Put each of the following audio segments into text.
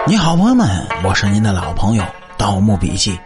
你好朋友们，我是您的老朋友盗墓笔记。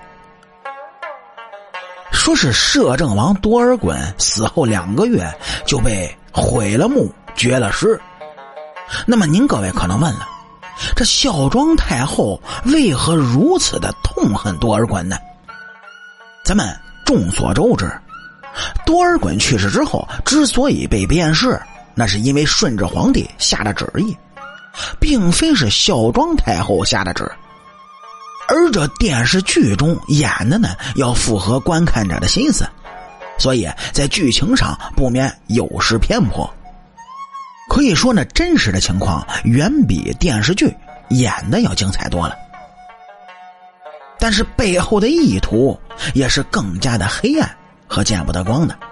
说是摄政王多尔衮死后2个月就被毁了墓绝了尸。那么您各位可能问了，这孝庄太后为何如此的痛恨多尔衮呢？咱们众所周知，多尔衮去世之后之所以被鞭尸，那是因为顺治皇帝下的旨意，并非是孝庄太后下的旨。而这电视剧中演的呢，要符合观看者的心思，所以在剧情上不免有失偏颇。可以说呢，真实的情况远比电视剧演的要精彩多了。但是背后的意图也是更加的黑暗和见不得光的。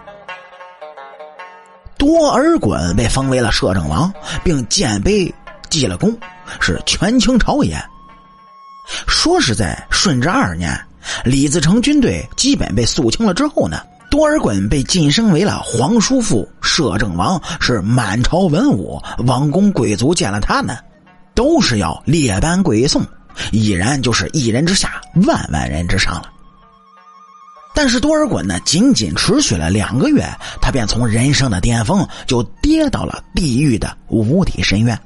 多尔衮被封为了摄政王，并建碑记了功，是权倾朝野。说是在顺治2年，李自成军队基本被肃清了之后呢，多尔衮被晋升为了皇叔父摄政王，是满朝文武王公贵族见了他呢，都是要列班跪颂，已然就是一人之下，万万人之上了。但是多尔衮呢，仅仅持续了2个月，他便从人生的巅峰就跌到了地狱的无底深渊。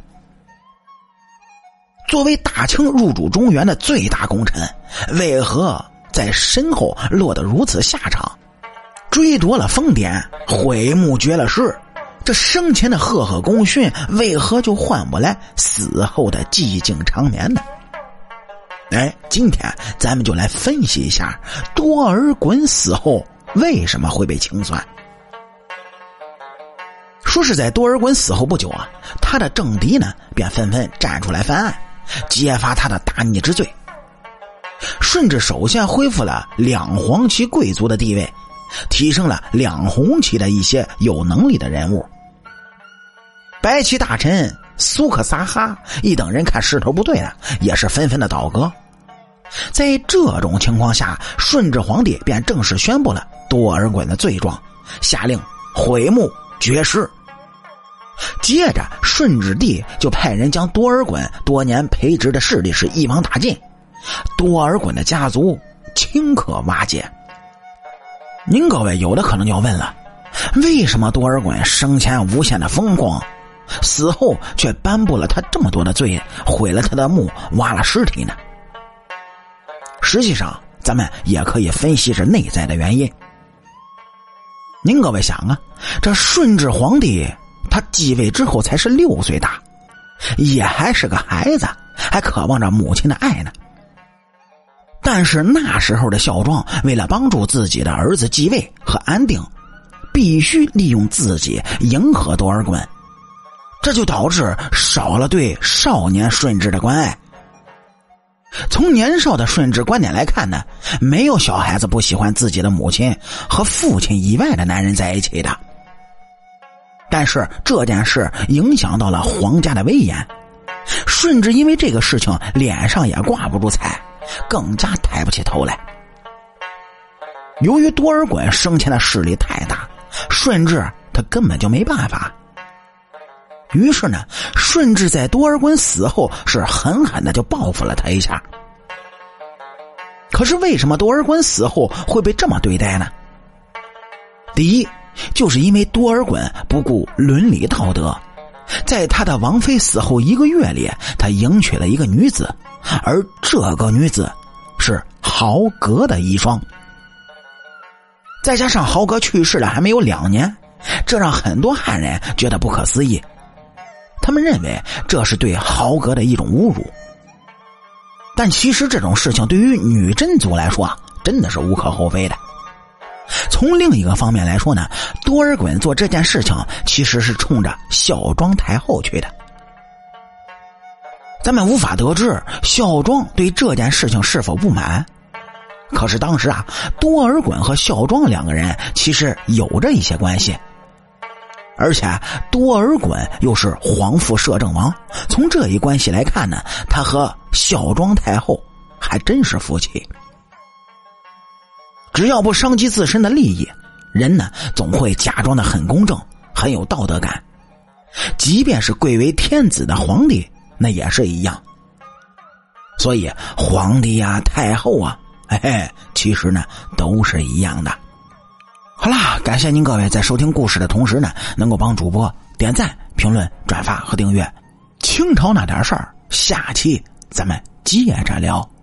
作为大清入主中原的最大功臣，为何在身后落得如此下场？追夺了封典，毁墓绝了尸，这生前的赫赫功勋为何就换不来死后的寂静长眠呢？今天咱们就来分析一下多尔衮死后为什么会被清算。说是在多尔衮死后不久啊，他的政敌呢便纷纷站出来翻案，揭发他的大逆之罪。顺治首先恢复了2黄旗贵族的地位，提升了2红旗的一些有能力的人物。白旗大臣苏克萨哈一等人看势头不对了，也是纷纷的倒戈。在这种情况下，顺治皇帝便正式宣布了多尔衮的罪状，下令毁墓绝尸。接着顺治帝就派人将多尔衮多年培植的势力是一网打尽，多尔衮的家族顷刻瓦解。您各位有的可能要问了，为什么多尔衮生前无限的风光，死后却颁布了他这么多的罪，毁了他的墓，挖了尸体呢？实际上咱们也可以分析这内在的原因。您各位想啊，这顺治皇帝他继位之后才是6岁大，也还是个孩子，还渴望着母亲的爱呢。但是那时候的孝庄为了帮助自己的儿子继位和安定，必须利用自己迎合多尔衮，这就导致少了对少年顺治的关爱。从年少的顺治观点来看呢，没有小孩子不喜欢自己的母亲和父亲以外的男人在一起的。但是这件事影响到了皇家的威严，顺治因为这个事情脸上也挂不住彩，更加抬不起头来。由于多尔衮生前的势力太大，顺治他根本就没办法。于是呢，顺治在多尔衮死后是狠狠的就报复了他一下。可是为什么多尔衮死后会被这么对待呢？第一，就是因为多尔衮不顾伦理道德，在他的王妃死后1个月里，他迎娶了一个女子，而这个女子是豪格的遗孀。再加上豪格去世了还没有2年，这让很多汉人觉得不可思议。他们认为这是对豪格的一种侮辱。但其实这种事情对于女真族来说真的是无可厚非的。从另一个方面来说呢，多尔衮做这件事情其实是冲着孝庄太后去的。咱们无法得知孝庄对这件事情是否不满，可是当时多尔衮和孝庄2个人其实有着一些关系。而且多尔衮又是皇父摄政王，从这一关系来看呢，他和孝庄太后还真是夫妻。只要不伤及自身的利益，人呢总会假装的很公正，很有道德感。即便是贵为天子的皇帝，那也是一样。 所以皇帝呀、太后啊，其实呢都是一样的。好啦，感谢您各位在收听故事的同时呢，能够帮主播点赞、评论、转发和订阅。清朝那点事儿，下期咱们接着聊。